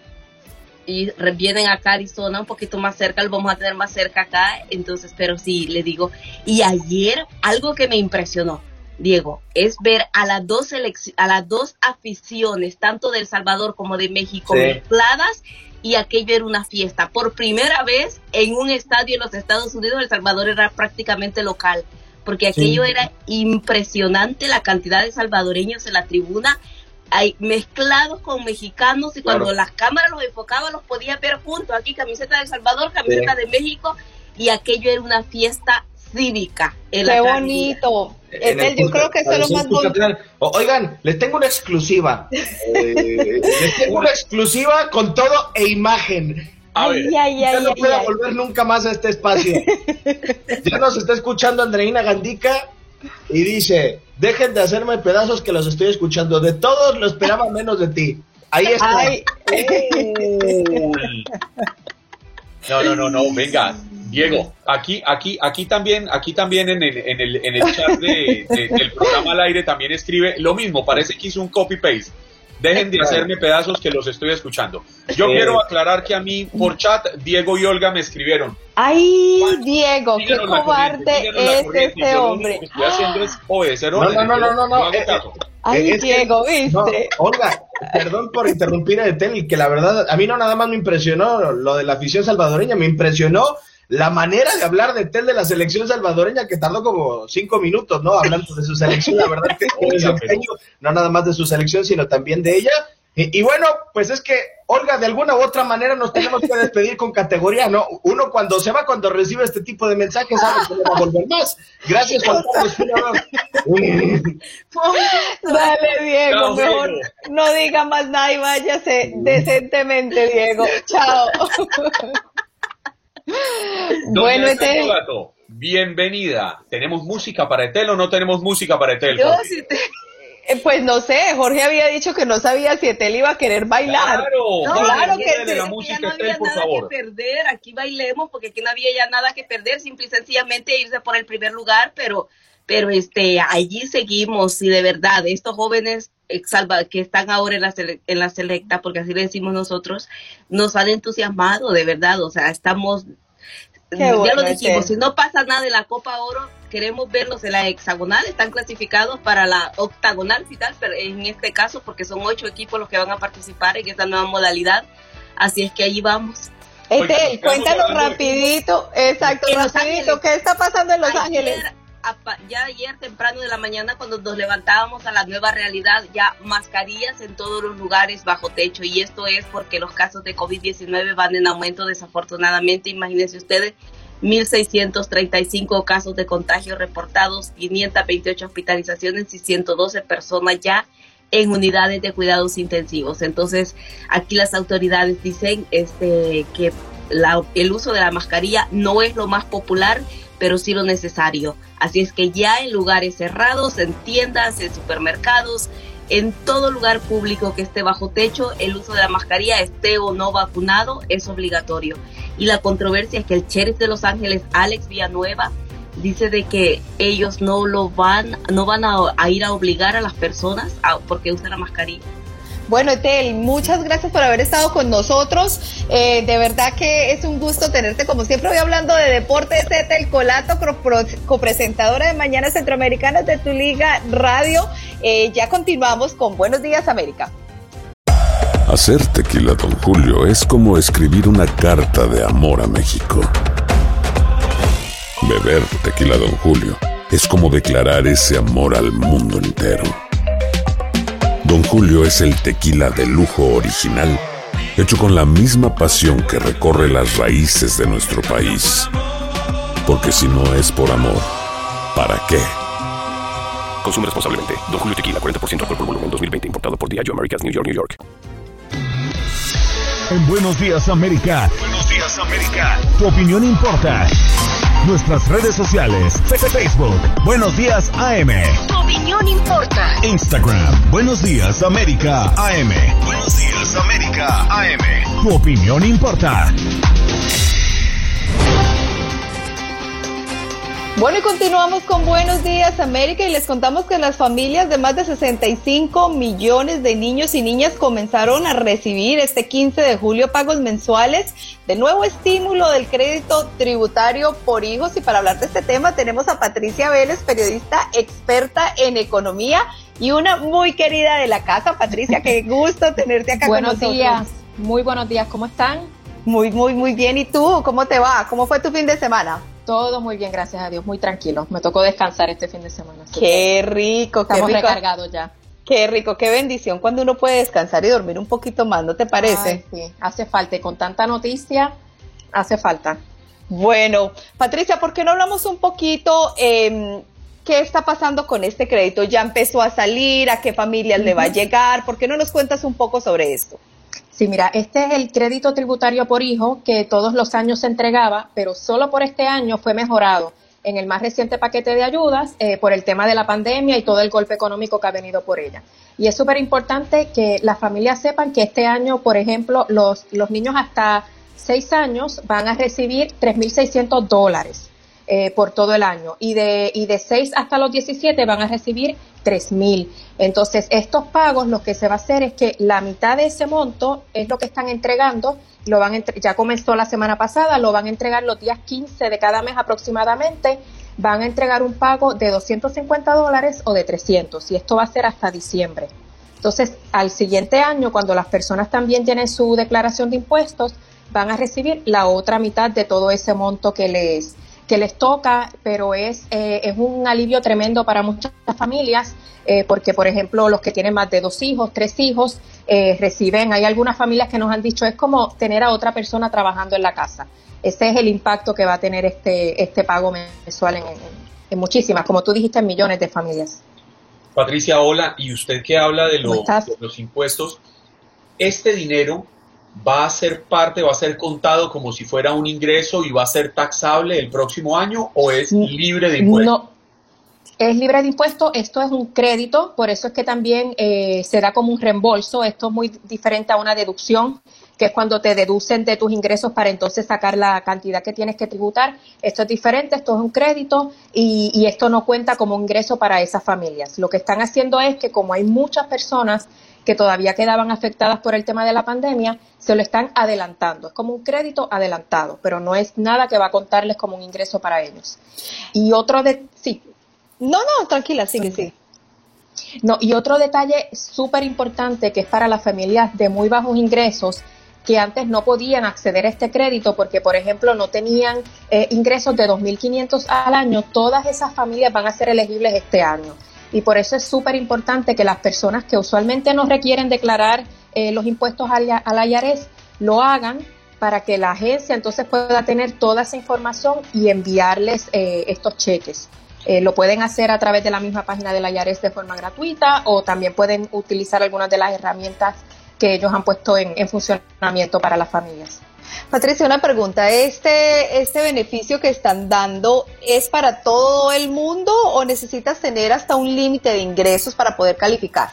Speaker 9: y vienen acá a Arizona un poquito más cerca, lo vamos a tener más cerca acá, entonces, pero sí, le digo, y ayer algo que me impresionó, Diego, es ver a las dos selec- a las dos aficiones, tanto de El Salvador como de México, sí, mezcladas, y aquello era una fiesta. Por primera vez en un estadio en los Estados Unidos, El Salvador era prácticamente local, porque aquello sí, era impresionante, la cantidad de salvadoreños en la tribuna, hay mezclados con mexicanos, y cuando claro, las cámaras los enfocaban, los podía ver juntos, aquí camiseta de El Salvador, camiseta sí, de México, y aquello era una fiesta cívica.
Speaker 8: Qué bonito. Etel, yo creo que eso es lo más bonito.
Speaker 7: Oigan, les tengo una exclusiva. eh, les tengo una exclusiva con todo e imagen. A ver, ay, ay, no puedo volver nunca más a este espacio. Ya nos está escuchando Andreina Gandica y dice, dejen de hacerme pedazos que los estoy escuchando. De todos lo esperaba menos de ti. Ahí está. Ay.
Speaker 5: No, no, no, no, venga. Diego, aquí, aquí, aquí también, aquí también en el, en el, en el chat de, de, del programa al aire también escribe lo mismo, parece que hizo un copy paste. Dejen de hacerme pedazos que los estoy escuchando. Yo eh. quiero aclarar que a mí por chat Diego y Olga me escribieron.
Speaker 8: Ay, Diego, qué cobarde es este hombre.
Speaker 5: Lo que estoy haciendo es obedecer
Speaker 7: órdenes. No, no, no, no, no. no eh,
Speaker 8: Ay, es Diego, que, ¿viste? No,
Speaker 7: Olga, perdón por interrumpir a Etel, que la verdad, a mí no nada más me impresionó lo de la afición salvadoreña, me impresionó la manera de hablar de Tel de la selección salvadoreña, que tardó como cinco minutos, ¿no? Hablando de su selección, la verdad que el desempeño, no nada más de su selección, sino también de ella. Y, y bueno, pues es que, Olga, de alguna u otra manera nos tenemos que despedir con categoría, ¿no? Uno cuando se va, cuando recibe este tipo de mensajes, sabe que no va a volver más. Gracias, Juan Carlos.
Speaker 8: Dale, Diego,
Speaker 5: Chao,
Speaker 8: mejor
Speaker 5: Diego.
Speaker 8: no diga más nada y váyase decentemente, Diego. Chao. Bueno,
Speaker 5: Doña
Speaker 8: este...
Speaker 5: Etel Gato, bienvenida. ¿Tenemos música para Etel o no tenemos música para Etel?
Speaker 8: Yo sí te... Eh, Pues no sé, Jorge había dicho que no sabía si Etel iba a querer bailar.
Speaker 5: Claro,
Speaker 8: no,
Speaker 5: vale,
Speaker 8: claro que
Speaker 5: de
Speaker 8: sí.
Speaker 5: la música,
Speaker 9: ya no
Speaker 5: Etel,
Speaker 9: había
Speaker 5: por
Speaker 9: nada
Speaker 5: favor.
Speaker 9: que perder, aquí bailemos porque aquí no había ya nada que perder, simple y sencillamente irse por el primer lugar, pero pero este allí seguimos y de verdad estos jóvenes exalva, que están ahora en la sele, en la selecta, porque así le decimos nosotros, nos han entusiasmado de verdad, o sea, estamos
Speaker 8: Qué
Speaker 9: ya
Speaker 8: bueno,
Speaker 9: lo dijimos,
Speaker 8: Etel.
Speaker 9: si no pasa nada de la Copa Oro, queremos verlos en la hexagonal, están clasificados para la octagonal final, pero en este caso porque son ocho equipos los que van a participar en esta nueva modalidad, así es que allí vamos.
Speaker 8: Etel, cuéntanos rapidito, exacto,
Speaker 9: En Los
Speaker 8: rapidito,
Speaker 9: Ángeles.
Speaker 8: ¿qué está pasando en Los
Speaker 9: Ayer,
Speaker 8: Ángeles?
Speaker 9: apa- ya ayer temprano de la mañana cuando nos levantábamos a la nueva realidad, ya mascarillas en todos los lugares bajo techo, y esto es porque los casos de COVID diecinueve van en aumento desafortunadamente. Imagínense ustedes, mil seiscientos treinta y cinco casos de contagio reportados, quinientas veintiocho hospitalizaciones y ciento doce personas ya en unidades de cuidados intensivos. Entonces aquí las autoridades dicen este que la, el uso de la mascarilla no es lo más popular, pero sí lo necesario. Así es que ya en lugares cerrados, en tiendas, en supermercados, en todo lugar público que esté bajo techo, el uso de la mascarilla, esté o no vacunado, es obligatorio. Y la controversia es que el sheriff de Los Ángeles, Alex Villanueva, dice de que ellos no lo van, no van a, a ir a obligar a las personas a, porque usen la mascarilla.
Speaker 8: Bueno, Etel, muchas gracias por haber estado con nosotros. Eh, de verdad que es un gusto tenerte, como siempre, hoy hablando de deportes. Etel Colato, copresentadora de Mañanas Centroamericanas de Tu Liga Radio. Eh, ya continuamos con Buenos Días, América.
Speaker 1: Hacer tequila Don Julio es como escribir una carta de amor a México. Beber tequila Don Julio es como declarar ese amor al mundo entero. Don Julio es el tequila de lujo original, hecho con la misma pasión que recorre las raíces de nuestro país. Porque si no es por amor, ¿para qué?
Speaker 2: Consume responsablemente. Don Julio Tequila, cuarenta por ciento alcohol por volumen, dos mil veinte. Importado por Diageo Americas, New York, New York.
Speaker 3: En Buenos Días América. Buenos Días América. Tu opinión importa. Nuestras redes sociales. Fe- Facebook. Buenos Días A M.
Speaker 9: Tu opinión importa.
Speaker 3: Instagram. Buenos Días América A M. Buenos Días América A M. Tu opinión importa.
Speaker 8: Bueno, y continuamos con Buenos Días América y les contamos que las familias de más de sesenta y cinco millones de niños y niñas comenzaron a recibir este quince de julio pagos mensuales de nuevo estímulo del crédito tributario por hijos. Y para hablar de este tema tenemos a Patricia Vélez, periodista experta en economía y una muy querida de la casa. Patricia, qué gusto tenerte acá con nosotros.
Speaker 10: Buenos días, muy buenos días, ¿cómo están?
Speaker 8: Muy, muy, muy bien. ¿Y tú? ¿Cómo te va? ¿Cómo fue tu fin de semana?
Speaker 10: Todo muy bien, gracias a Dios, muy tranquilo. Me tocó descansar este fin de semana.
Speaker 8: Qué rico, qué
Speaker 10: Estamos
Speaker 8: rico.
Speaker 10: recargados ya.
Speaker 8: Qué rico, qué bendición cuando uno puede descansar y dormir un poquito más, ¿no te parece?
Speaker 10: Ay, sí, hace falta, y con tanta noticia, hace falta.
Speaker 8: Bueno, Patricia, ¿por qué no hablamos un poquito eh, qué está pasando con este crédito? ¿Ya empezó a salir? ¿A qué familias uh-huh. le va a llegar? ¿Por qué no nos cuentas un poco sobre esto?
Speaker 10: Sí, mira, este es el crédito tributario por hijo que todos los años se entregaba, pero solo por este año fue mejorado en el más reciente paquete de ayudas eh, por el tema de la pandemia y todo el golpe económico que ha venido por ella. Y es súper importante que las familias sepan que este año, por ejemplo, los, los niños hasta seis años van a recibir tres mil seiscientos dólares eh, por todo el año, y de, y de seis hasta los diecisiete van a recibir tres mil. Entonces, estos pagos, lo que se va a hacer es que la mitad de ese monto es lo que están entregando, lo van a entre- ya comenzó la semana pasada, lo van a entregar los días quince de cada mes aproximadamente, van a entregar un pago de doscientos cincuenta dólares o de trescientos, y esto va a ser hasta diciembre. Entonces, al siguiente año, cuando las personas también tienen su declaración de impuestos, van a recibir la otra mitad de todo ese monto que les que les toca, pero es, eh, es un alivio tremendo para muchas familias, eh, porque por ejemplo los que tienen más de dos hijos, tres hijos, eh, reciben, hay algunas familias que nos han dicho es como tener a otra persona trabajando en la casa. Ese es el impacto que va a tener este, este pago mensual en, en, en muchísimas, como tú dijiste, en millones de familias.
Speaker 5: Patricia, hola, y usted que habla de, lo, de los impuestos, ¿este dinero va a ser parte, va a ser contado como si fuera un ingreso y va a ser taxable el próximo año o es libre de impuestos?
Speaker 10: No, es libre de impuestos, esto es un crédito, por eso es que también eh, se da como un reembolso, esto es muy diferente a una deducción, que es cuando te deducen de tus ingresos para entonces sacar la cantidad que tienes que tributar. Esto es diferente, esto es un crédito y, y esto no cuenta como ingreso para esas familias. Lo que están haciendo es que como hay muchas personas que todavía quedaban afectadas por el tema de la pandemia, se lo están adelantando. Es como un crédito adelantado, pero no es nada que va a contarles como un ingreso para ellos. Y otro de... Sí.
Speaker 8: No, no, tranquila, sigue, sí.
Speaker 10: No, y otro detalle súper importante que es para las familias de muy bajos ingresos, que antes no podían acceder a este crédito porque, por ejemplo, no tenían eh, ingresos de dos mil quinientos al año, todas esas familias van a ser elegibles este año. Y por eso es súper importante que las personas que usualmente no requieren declarar eh, los impuestos al, al I R S lo hagan para que la agencia entonces pueda tener toda esa información y enviarles eh, estos cheques. Eh, lo pueden hacer a través de la misma página del I R S de forma gratuita o también pueden utilizar algunas de las herramientas que ellos han puesto en, en funcionamiento para las familias.
Speaker 8: Patricia, una pregunta, ¿este, este beneficio que están dando es para todo el mundo o necesitas tener hasta un límite de ingresos para poder calificar?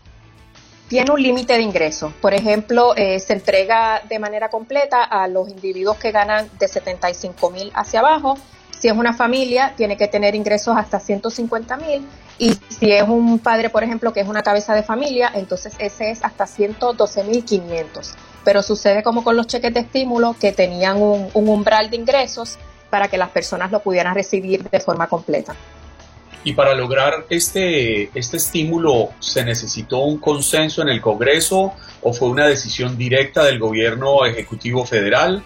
Speaker 10: Tiene un límite de ingresos. Por ejemplo, eh, se entrega de manera completa a los individuos que ganan de setenta y cinco mil hacia abajo. Si es una familia, tiene que tener ingresos hasta ciento cincuenta mil. Y si es un padre, por ejemplo, que es una cabeza de familia, entonces ese es hasta ciento doce mil quinientos. Pero sucede como con los cheques de estímulo, que tenían un, un umbral de ingresos para que las personas lo pudieran recibir de forma completa.
Speaker 5: Y para lograr este, este estímulo, ¿se necesitó un consenso en el Congreso o fue una decisión directa del gobierno ejecutivo federal?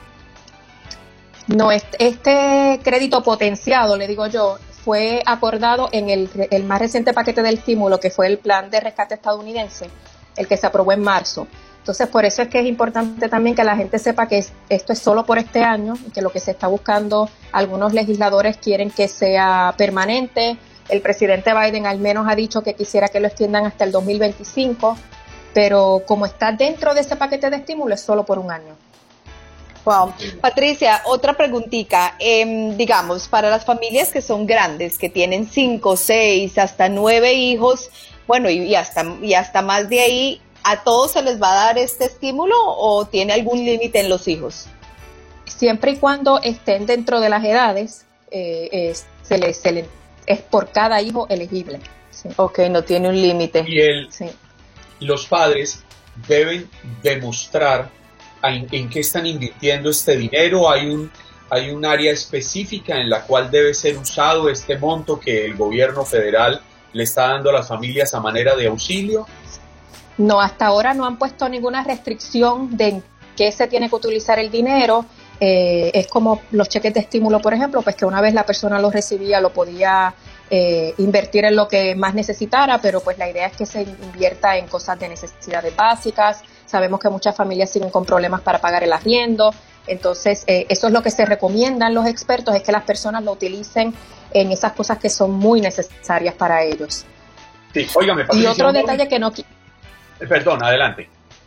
Speaker 10: No, este, este crédito potenciado, le digo yo, fue acordado en el, el más reciente paquete del estímulo, que fue el plan de rescate estadounidense, el que se aprobó en marzo. Entonces, por eso es que es importante también que la gente sepa que es, esto es solo por este año, y que lo que se está buscando, algunos legisladores quieren que sea permanente. El presidente Biden al menos ha dicho que quisiera que lo extiendan hasta el dos mil veinticinco, pero como está dentro de ese paquete de estímulo, es solo por un año.
Speaker 8: Wow. Patricia, otra preguntita, eh, digamos, para las familias que son grandes, que tienen cinco, seis, hasta nueve hijos, bueno, y, y, hasta, y hasta más de ahí, ¿a todos se les va a dar este estímulo o tiene algún límite en los hijos?
Speaker 10: Siempre y cuando estén dentro de las edades, eh, es, se les, se les, es por cada hijo elegible.
Speaker 8: Sí. Ok, no tiene un límite.
Speaker 5: Y el,
Speaker 10: sí.
Speaker 5: los padres deben demostrar En, en qué están invirtiendo este dinero. Hay un, hay un área específica en la cual debe ser usado este monto que el gobierno federal le está dando a las familias a manera de auxilio.
Speaker 10: No, hasta ahora no han puesto ninguna restricción de en qué se tiene que utilizar el dinero. Eh, es como los cheques de estímulo, por ejemplo, pues que una vez la persona los recibía lo podía eh, invertir en lo que más necesitara, pero pues la idea es que se invierta en cosas de necesidades básicas. Sabemos que muchas familias siguen con problemas para pagar el arriendo, entonces eh, eso es lo que se recomiendan los expertos, es que las personas lo utilicen en esas cosas que son muy necesarias para ellos.
Speaker 5: Sí, óigame, Patricia,
Speaker 10: y otro detalle que no...
Speaker 5: Perdón, adelante.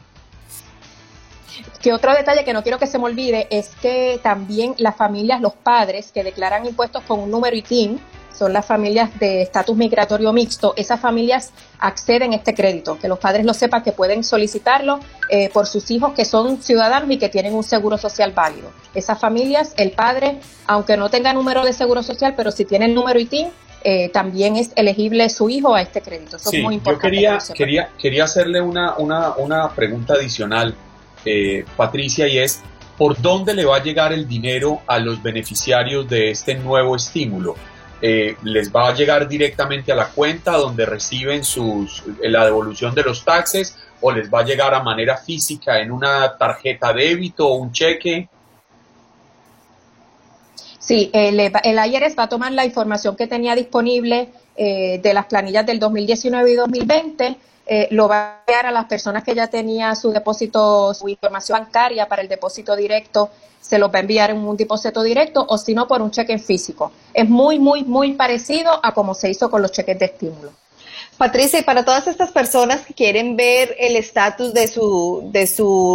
Speaker 10: Que otro detalle que no quiero que se me olvide es que también las familias, los padres que declaran impuestos con un número I T I N, son las familias de estatus migratorio mixto, esas familias acceden a este crédito, que los padres lo sepan que pueden solicitarlo eh, por sus hijos que son ciudadanos y que tienen un seguro social válido. Esas familias, el padre, aunque no tenga número de seguro social, pero si tiene el número I T I N, eh, también es elegible su hijo a este crédito. Eso
Speaker 5: sí,
Speaker 10: es muy importante.
Speaker 5: Yo quería, que quería, quería hacerle una, una, una pregunta adicional, eh, Patricia, y es, ¿por dónde le va a llegar el dinero a los beneficiarios de este nuevo estímulo? Eh, ¿Les va a llegar directamente a la cuenta donde reciben sus, la devolución de los taxes o les va a llegar a manera física en una tarjeta débito o un cheque?
Speaker 10: Sí, el, el I R S va a tomar la información que tenía disponible eh, de las planillas del dos mil diecinueve y dos mil veinte, eh, lo va a enviar a las personas que ya tenían su depósito, su información bancaria para el depósito directo, se lo va a enviar en un depósito directo o si no por un cheque en físico. Es muy, muy, muy parecido a como se hizo con los cheques de estímulo.
Speaker 8: Patricia, y para todas estas personas que quieren ver el estatus de su, de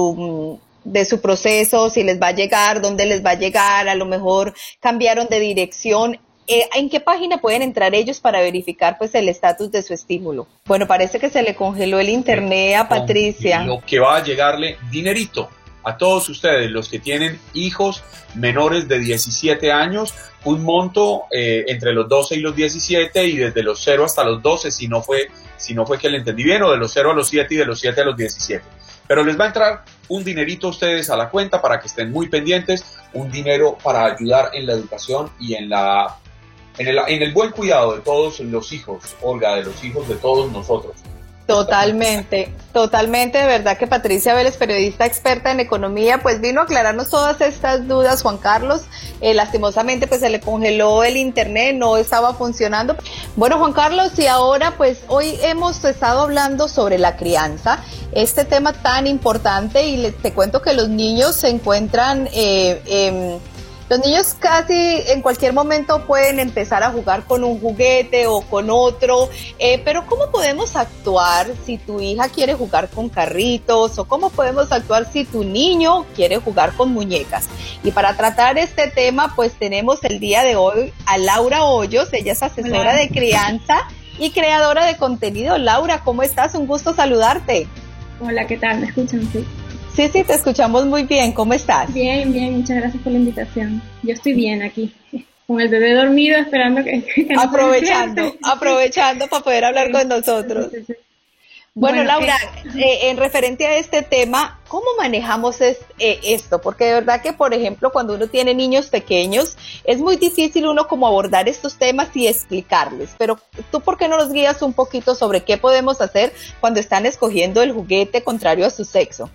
Speaker 8: su, de su proceso, si les va a llegar, dónde les va a llegar, a lo mejor cambiaron de dirección, eh, ¿en qué página pueden entrar ellos para verificar pues el estatus de su estímulo? Bueno, parece que se le congeló el internet a Patricia.
Speaker 5: Lo que va a llegarle dinerito a todos ustedes, los que tienen hijos menores de diecisiete años, un monto eh, entre los doce y los diecisiete y desde los cero hasta los doce, si no fue, si no fue que le entendí bien, o de los cero a los siete y de los siete a los diecisiete. Pero les va a entrar un dinerito a ustedes a la cuenta para que estén muy pendientes, un dinero para ayudar en la educación y en la en el, en el buen cuidado de todos los hijos, Olga, de los hijos de todos nosotros.
Speaker 8: Totalmente, totalmente, de verdad que Patricia Vélez, periodista experta en economía, pues vino a aclararnos todas estas dudas. Juan Carlos, eh, lastimosamente pues se le congeló el internet, no estaba funcionando. Bueno, Juan Carlos, y ahora pues hoy hemos estado hablando sobre la crianza, este tema tan importante, y les, te cuento que los niños se encuentran... Eh, eh, Los niños casi en cualquier momento pueden empezar a jugar con un juguete o con otro, eh, pero ¿cómo podemos actuar si tu hija quiere jugar con carritos o cómo podemos actuar si tu niño quiere jugar con muñecas? Y para tratar este tema, pues tenemos el día de hoy a Laura Hoyos, ella es asesora
Speaker 11: Hola.
Speaker 8: de crianza y creadora de contenido. Laura, ¿cómo estás? Un gusto saludarte.
Speaker 11: Hola, ¿qué tal? ¿Me escuchan? Sí.
Speaker 8: Sí, sí, te escuchamos muy bien. ¿Cómo estás?
Speaker 11: Bien, bien, muchas gracias por la invitación. Yo estoy bien aquí, con el bebé dormido, esperando que... que no
Speaker 8: aprovechando,
Speaker 11: se
Speaker 8: aprovechando para poder hablar sí, con nosotros. Sí, sí, sí. Bueno, bueno, Laura, eh, eh, en referente a este tema, ¿cómo manejamos es, eh, esto? Porque de verdad que, por ejemplo, cuando uno tiene niños pequeños, es muy difícil uno como abordar estos temas y explicarles. Pero tú, ¿por qué no nos guías un poquito sobre qué podemos hacer cuando están escogiendo el juguete contrario a su sexo?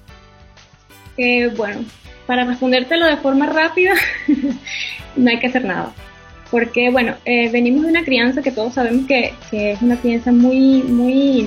Speaker 11: Eh, bueno, para respondértelo de forma rápida, no hay que hacer nada. Porque, bueno, eh, venimos de una crianza que todos sabemos que, que es una crianza muy, muy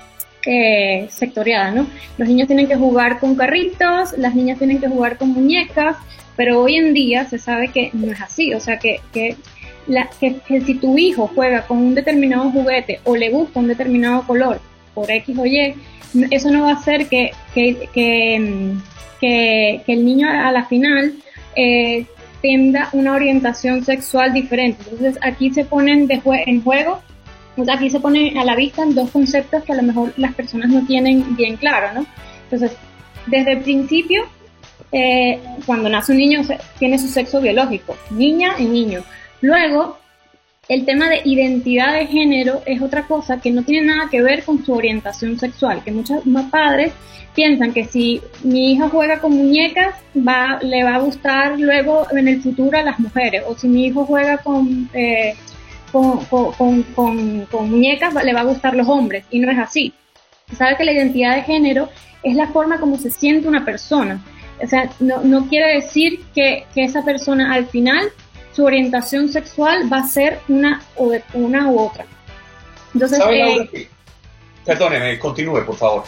Speaker 11: eh, sectoriada, ¿no? Los niños tienen que jugar con carritos, las niñas tienen que jugar con muñecas, pero hoy en día se sabe que no es así. O sea, que, que, la, que, que si tu hijo juega con un determinado juguete o le gusta un determinado color por X o Y, eso no va a hacer que... que, que Que, que el niño a la final eh, tenga una orientación sexual diferente. Entonces aquí se ponen de jue- en juego, aquí se ponen a la vista dos conceptos que a lo mejor las personas no tienen bien claro, ¿no? Entonces, desde el principio, eh, cuando nace un niño tiene su sexo biológico, niña y niño. Luego, el tema de identidad de género es otra cosa que no tiene nada que ver con su orientación sexual, que muchos más padres piensan que si mi hija juega con muñecas, va, le va a gustar luego en el futuro a las mujeres, o si mi hijo juega con, eh, con, con, con, con, con muñecas, le va a gustar los hombres, y no es así. Se sabe que la identidad de género es la forma como se siente una persona, o sea, no, no quiere decir que, que esa persona al final, su orientación sexual va a ser una, o de, una u otra. Entonces,
Speaker 5: ¿sabe,
Speaker 11: eh,
Speaker 5: Laura? Perdóneme, continúe, por favor.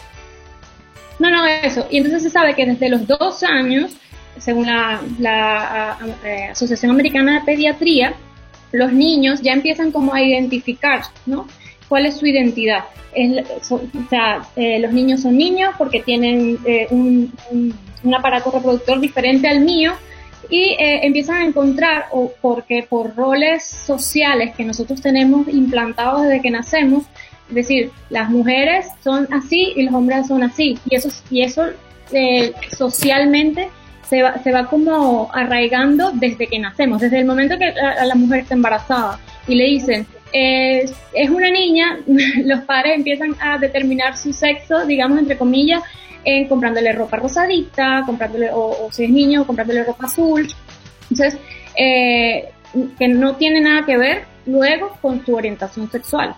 Speaker 11: No, no, eso. Y entonces se sabe que desde los dos años, según la, la a, a, Asociación Americana de Pediatría, los niños ya empiezan como a identificar, ¿no? ¿Cuál es su identidad? Es, so, o sea, eh, los niños son niños porque tienen eh, un, un, un aparato reproductor diferente al mío y eh, empiezan a encontrar, o porque por roles sociales que nosotros tenemos implantados desde que nacemos, es decir, las mujeres son así y los hombres son así. Y eso, y eso eh, socialmente se va, se va como arraigando desde que nacemos. Desde el momento que la, la mujer está embarazada y le dicen, eh, es una niña, los padres empiezan a determinar su sexo, digamos, entre comillas, en comprándole ropa rosadita, comprándole, o, o si es niño, comprándole ropa azul. Entonces, eh, que no tiene nada que ver luego con su orientación sexual.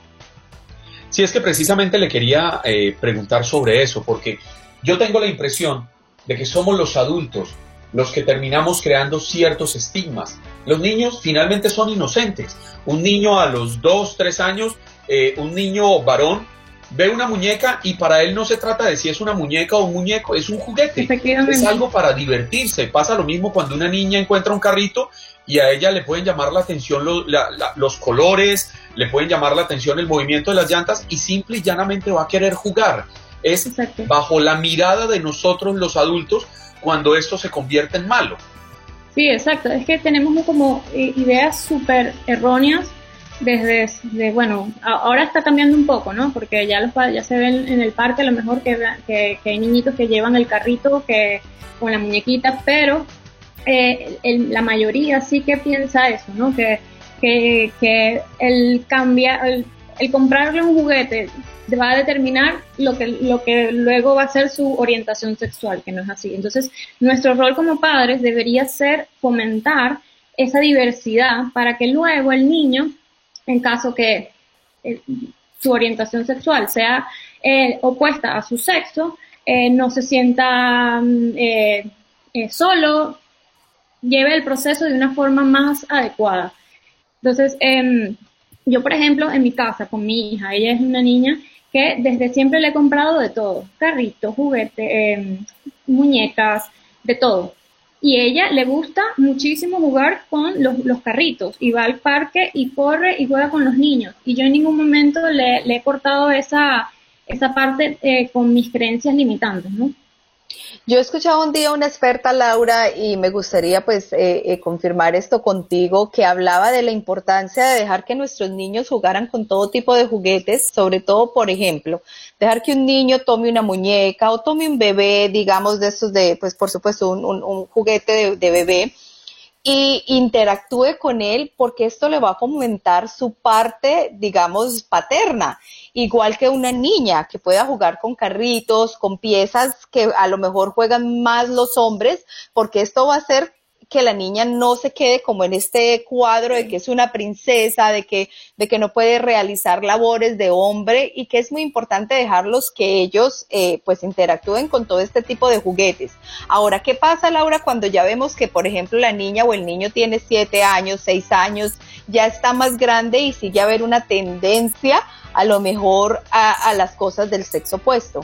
Speaker 5: Sí, es que precisamente le quería eh, preguntar sobre eso, porque yo tengo la impresión de que somos los adultos los que terminamos creando ciertos estigmas. Los niños finalmente son inocentes. Un niño a los dos, tres años, eh, un niño varón, ve una muñeca y para él no se trata de si es una muñeca o un muñeco, es un juguete, es algo para divertirse. Pasa lo mismo cuando una niña encuentra un carrito y a ella le pueden llamar la atención los, la, la, los colores, le pueden llamar la atención el movimiento de las llantas y simple y llanamente va a querer jugar. Es Exacto. bajo la mirada de nosotros los adultos cuando esto se convierte en malo.
Speaker 11: Sí, exacto, es que tenemos como ideas súper erróneas desde, de, bueno, ahora está cambiando un poco, ¿no? Porque ya los ya se ven en el parque a lo mejor que, que, que hay niñitos que llevan el carrito que con la muñequita, pero eh, el, la mayoría sí que piensa eso, ¿no? Que, que, que el cambiar, el, el comprarle un juguete va a determinar lo que, lo que luego va a ser su orientación sexual, que no es así. Entonces, nuestro rol como padres debería ser fomentar esa diversidad para que luego el niño, en caso que eh, su orientación sexual sea eh, opuesta a su sexo, eh, no se sienta eh, eh, solo, lleve el proceso de una forma más adecuada. Entonces, eh, yo, por ejemplo, en mi casa con mi hija, ella es una niña que desde siempre le he comprado de todo, carritos, juguetes, eh, muñecas, de todo. Y a ella le gusta muchísimo jugar con los, los carritos, y va al parque y corre y juega con los niños. Y yo en ningún momento le, le he cortado esa, esa parte eh, con mis creencias limitantes, ¿no?
Speaker 8: Yo he escuchado un día una experta, Laura, y me gustaría pues eh, eh, confirmar esto contigo, que hablaba de la importancia de dejar que nuestros niños jugaran con todo tipo de juguetes, sobre todo, por ejemplo, dejar que un niño tome una muñeca o tome un bebé, digamos, de estos de, pues por supuesto, un, un, un juguete de, de bebé, y interactúe con él, porque esto le va a fomentar su parte, digamos, paterna, igual que una niña que pueda jugar con carritos, con piezas que a lo mejor juegan más los hombres, porque esto va a hacer que la niña no se quede como en este cuadro de que es una princesa, de que, de que no puede realizar labores de hombre, y que es muy importante dejarlos que ellos eh, pues interactúen con todo este tipo de juguetes. Ahora, ¿qué pasa, Laura, cuando ya vemos que, por ejemplo, la niña o el niño tiene siete años, seis años, ya está más grande y sigue a haber una tendencia a lo mejor a, a las cosas del sexo opuesto?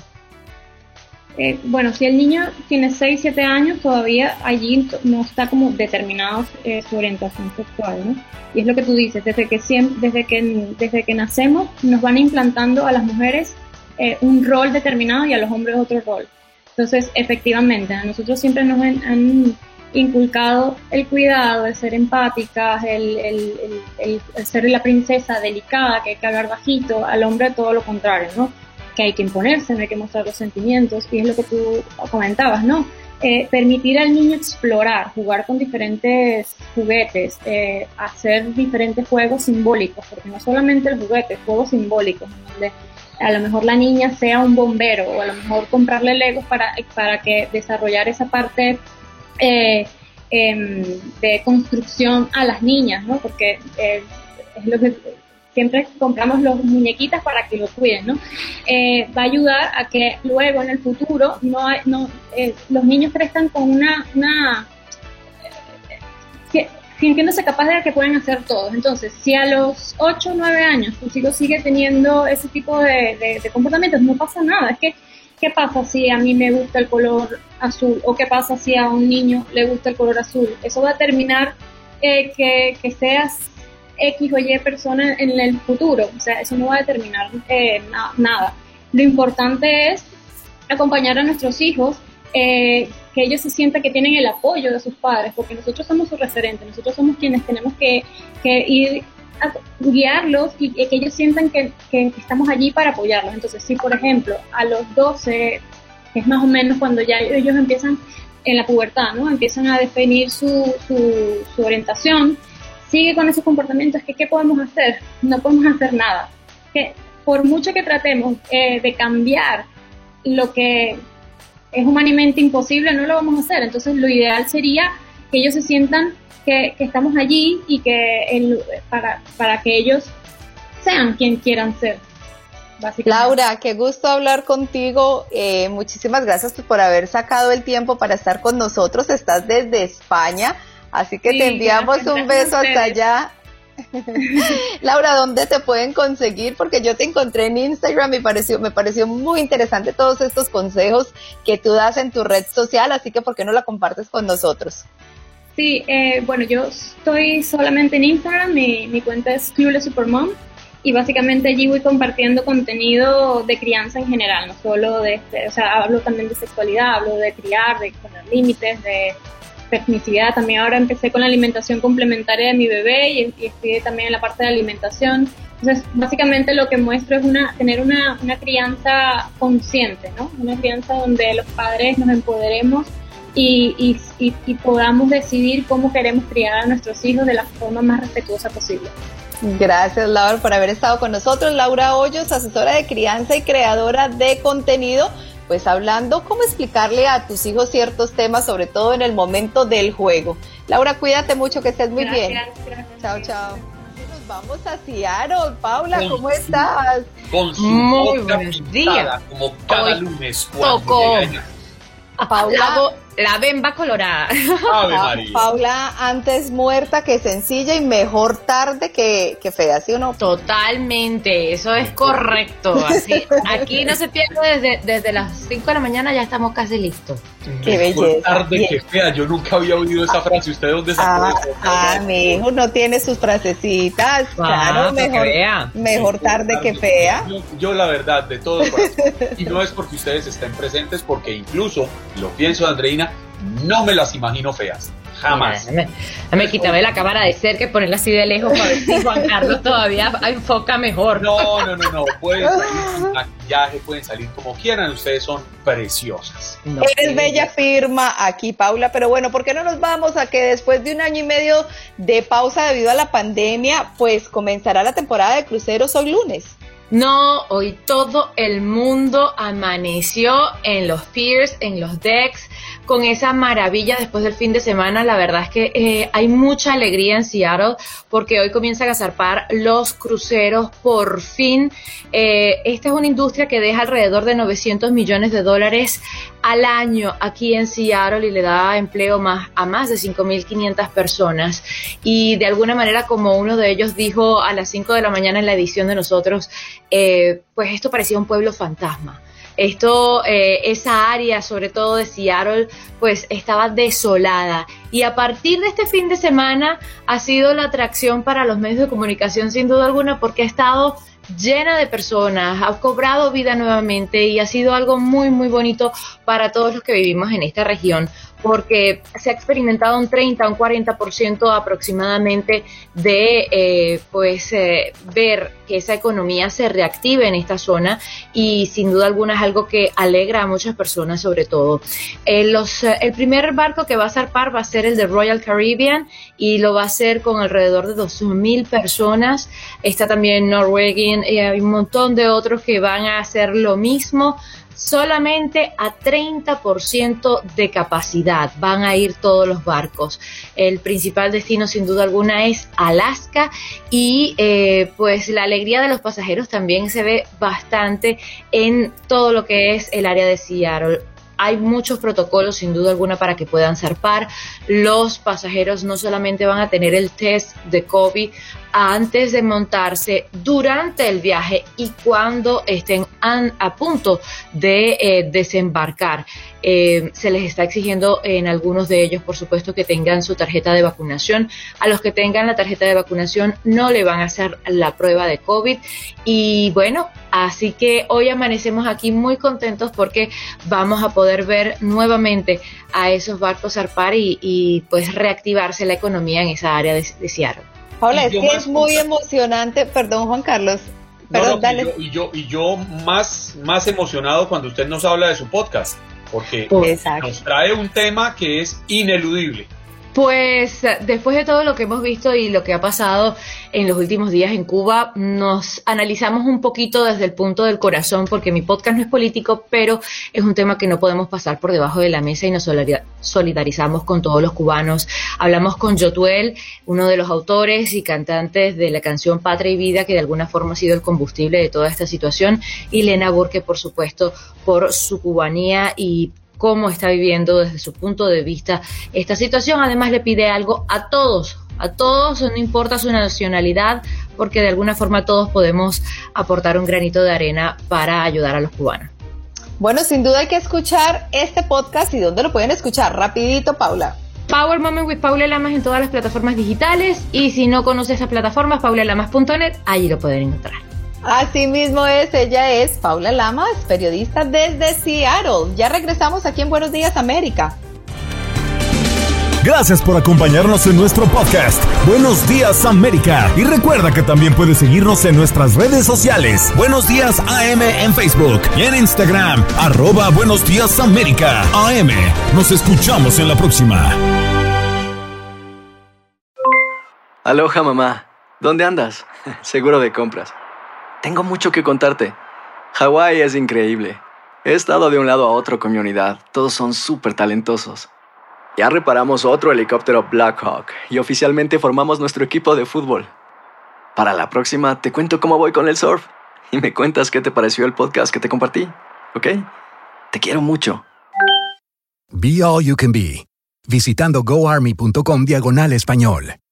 Speaker 11: Eh, bueno, si el niño tiene seis, siete años, todavía allí no está como determinado eh, su orientación sexual, ¿no? Y es lo que tú dices, desde que siempre, desde que desde que nacemos nos van implantando a las mujeres eh, un rol determinado y a los hombres otro rol. Entonces, efectivamente, a nosotros siempre nos han, han inculcado el cuidado, el ser empáticas, el, el, el, el, el ser la princesa delicada, que hay que hablar bajito, al hombre todo lo contrario, ¿no? Que hay que imponerse, no hay que mostrar los sentimientos, y es lo que tú comentabas, ¿no? Eh, permitir al niño explorar, jugar con diferentes juguetes, eh, hacer diferentes juegos simbólicos, porque no solamente el juguete, juegos simbólicos, donde a lo mejor la niña sea un bombero, o a lo mejor comprarle legos para, para que desarrollar esa parte eh, eh, de construcción a las niñas, ¿no? Porque eh, es lo que siempre compramos los muñequitas para que lo cuiden, ¿no? Eh, va a ayudar a que luego en el futuro no, hay, no eh, los niños crezcan con una, una eh, sintiéndose capaces de que pueden hacer todo. Entonces, si a los ocho o nueve años tu chico sigue teniendo ese tipo de, de, de comportamientos, no pasa nada. Es que, ¿qué pasa si a mí me gusta el color azul? ¿O qué pasa si a un niño le gusta el color azul? Eso va a determinar eh, que, que seas X o Y persona en el futuro. O sea, eso no va a determinar eh, na- nada. Lo importante es acompañar a nuestros hijos, eh, que ellos se sientan que tienen el apoyo de sus padres, porque nosotros somos sus referentes, nosotros somos quienes tenemos que, que ir a guiarlos y, y que ellos sientan que, que estamos allí para apoyarlos. Entonces, si por ejemplo a los doce, que es más o menos cuando ya ellos empiezan en la pubertad, ¿no? Empiezan a definir su, su, su orientación, sigue con esos comportamientos, que ¿qué podemos hacer? No podemos hacer nada. Que por mucho que tratemos eh, de cambiar lo que es humanamente imposible, no lo vamos a hacer. Entonces lo ideal sería que ellos se sientan que, que estamos allí y que el, para, para que ellos sean quien quieran ser,
Speaker 8: Laura, qué gusto hablar contigo. Eh, muchísimas gracias por haber sacado el tiempo para estar con nosotros. Estás desde España, así que sí, te enviamos gracias, un beso hasta allá. Laura, ¿dónde te pueden conseguir? Porque yo te encontré en Instagram y pareció, me pareció muy interesante todos estos consejos que tú das en tu red social, así que ¿por qué no la compartes con nosotros?
Speaker 11: Sí, eh, bueno, yo estoy solamente en Instagram, mi, mi cuenta es Clueless Supermom y básicamente allí voy compartiendo contenido de crianza en general, no solo de, este, o sea, hablo también de sexualidad, hablo de criar, de poner límites, de tecnicidad. También ahora empecé con la alimentación complementaria de mi bebé y, y estoy también en la parte de alimentación. Entonces, básicamente lo que muestro es una tener una, una crianza consciente, ¿no? Una crianza donde los padres nos empoderemos y, y, y, y podamos decidir cómo queremos criar a nuestros hijos de la forma más respetuosa posible.
Speaker 8: Gracias, Laura, por haber estado con nosotros. Laura Hoyos, asesora de crianza y creadora de contenido, pues hablando cómo explicarle a tus hijos ciertos temas, sobre todo en el momento del juego. Laura, cuídate mucho, que estés muy
Speaker 11: gracias,
Speaker 8: bien.
Speaker 11: Gracias, gracias.
Speaker 8: Chao, chao. Nos vamos a Seattle. Paula, con ¿cómo su, estás?
Speaker 5: Con su
Speaker 12: muy
Speaker 5: boca
Speaker 12: buenos días.
Speaker 5: Como cada Hoy lunes.
Speaker 12: Tocó
Speaker 8: Paula,
Speaker 12: la, la bemba colorada.
Speaker 5: Ave María.
Speaker 8: Paula, antes muerta que sencilla y mejor tarde que, que fea, ¿sí o no?
Speaker 12: Totalmente, eso es correcto. Así, aquí no se pierde desde, desde las cinco de la mañana, ya estamos casi listos.
Speaker 8: Qué
Speaker 5: mejor
Speaker 8: belleza.
Speaker 5: tarde Bien. que fea, yo nunca había oído esa frase. ¿Usted dónde sacó
Speaker 8: ah,
Speaker 5: eso?
Speaker 8: Ah, mi hijo no tiene sus frasecitas. Ah, claro, mejor, mejor tarde, tarde que fea.
Speaker 5: Yo, yo la verdad, de todo corazón. Y no es porque ustedes estén presentes, porque incluso, lo pienso, Andreina, no me las imagino feas. Jamás.
Speaker 12: Me, me quítame la cámara de cerca y ponerla así de lejos para ver si Juan Carlos todavía enfoca mejor.
Speaker 5: No, no, no, no. Pueden salir sin maquillaje, pueden salir como quieran. Ustedes son preciosas.
Speaker 8: No, Eres sí. bella firma aquí, Paula. Pero bueno, ¿por qué no nos vamos a que después de un año y medio de pausa debido a la pandemia, pues comenzará la temporada de cruceros hoy lunes?
Speaker 12: No, hoy todo el mundo amaneció en los piers, en los decks, con esa maravilla después del fin de semana. La verdad es que eh, hay mucha alegría en Seattle porque hoy comienzan a zarpar los cruceros por fin. Eh, esta es una industria que deja alrededor de novecientos millones de dólares al año aquí en Seattle y le da empleo más a más de cinco mil quinientas personas. Y de alguna manera, como uno de ellos dijo a las cinco de la mañana en la edición de nosotros, eh, pues esto parecía un pueblo fantasma. Esto, eh, esa área, sobre todo de Seattle, pues estaba desolada. Y a partir de este fin de semana ha sido la atracción para los medios de comunicación, sin duda alguna, porque ha estado llena de personas, ha cobrado vida nuevamente y ha sido algo muy, muy bonito para todos los que vivimos en esta región, porque se ha experimentado un treinta, un cuarenta por ciento aproximadamente de eh, pues eh, ver que esa economía se reactive en esta zona y sin duda alguna es algo que alegra a muchas personas, sobre todo. Eh, los, eh, el primer barco que va a zarpar va a ser el de Royal Caribbean y lo va a hacer con alrededor de dos mil personas. Está también Norwegian y hay un montón de otros que van a hacer lo mismo. Solamente a treinta por ciento de capacidad van a ir todos los barcos. El principal destino sin duda alguna es Alaska y eh, pues la alegría de los pasajeros también se ve bastante en todo lo que es el área de Seattle. Hay muchos protocolos sin duda alguna para que puedan zarpar. Los pasajeros no solamente van a tener el test de COVID antes de montarse, durante el viaje y cuando estén a, a punto de eh, desembarcar. Eh, se les está exigiendo en algunos de ellos, por supuesto, que tengan su tarjeta de vacunación. A los que tengan la tarjeta de vacunación no le van a hacer la prueba de COVID. Y bueno, así que hoy amanecemos aquí muy contentos porque vamos a poder ver nuevamente a esos barcos zarpar y, y pues reactivarse la economía en esa área de, de Seattle.
Speaker 8: Paula, es que es muy emocionante, perdón Juan Carlos, perdón,
Speaker 5: no, no,
Speaker 8: dale.
Speaker 5: Y yo, y yo, y yo más, más emocionado cuando usted nos habla de su podcast, porque
Speaker 8: Exacto.
Speaker 5: nos trae un tema que es ineludible.
Speaker 12: Pues después de todo lo que hemos visto y lo que ha pasado en los últimos días en Cuba, nos analizamos un poquito desde el punto del corazón, porque mi podcast no es político, pero es un tema que no podemos pasar por debajo de la mesa y nos solidarizamos con todos los cubanos. Hablamos con Yotuel, uno de los autores y cantantes de la canción Patria y Vida, que de alguna forma ha sido el combustible de toda esta situación, y Lena Burke, por supuesto, por su cubanía y cómo está viviendo desde su punto de vista esta situación. Además le pide algo a todos, a todos, no importa su nacionalidad, porque de alguna forma todos podemos aportar un granito de arena para ayudar a los cubanos.
Speaker 8: Bueno, sin duda hay que escuchar este podcast. ¿Y dónde lo pueden escuchar? Rapidito, Paula.
Speaker 12: Power Moment with Paula Lamas en todas las plataformas digitales, y si no conoces esas plataformas, paula lamas punto net, allí lo pueden encontrar.
Speaker 8: Así mismo es, ella es Paula Lamas, periodista desde Seattle. Ya regresamos aquí en Buenos Días América.
Speaker 3: Gracias por acompañarnos en nuestro podcast Buenos Días América. Y recuerda que también puedes seguirnos en nuestras redes sociales. Buenos Días A M en Facebook y en Instagram, arroba Buenos Días América A M. Nos escuchamos en la próxima.
Speaker 13: Aloha, mamá. ¿Dónde andas? Seguro de compras. Tengo mucho que contarte. Hawái es increíble. He estado de un lado a otro con mi unidad. Todos son súper talentosos. Ya reparamos otro helicóptero Blackhawk y oficialmente formamos nuestro equipo de fútbol. Para la próxima te cuento cómo voy con el surf y me cuentas qué te pareció el podcast que te compartí, ¿ok? Te quiero mucho.
Speaker 14: Be All You Can Be. Visitando goarmy punto com diagonal español.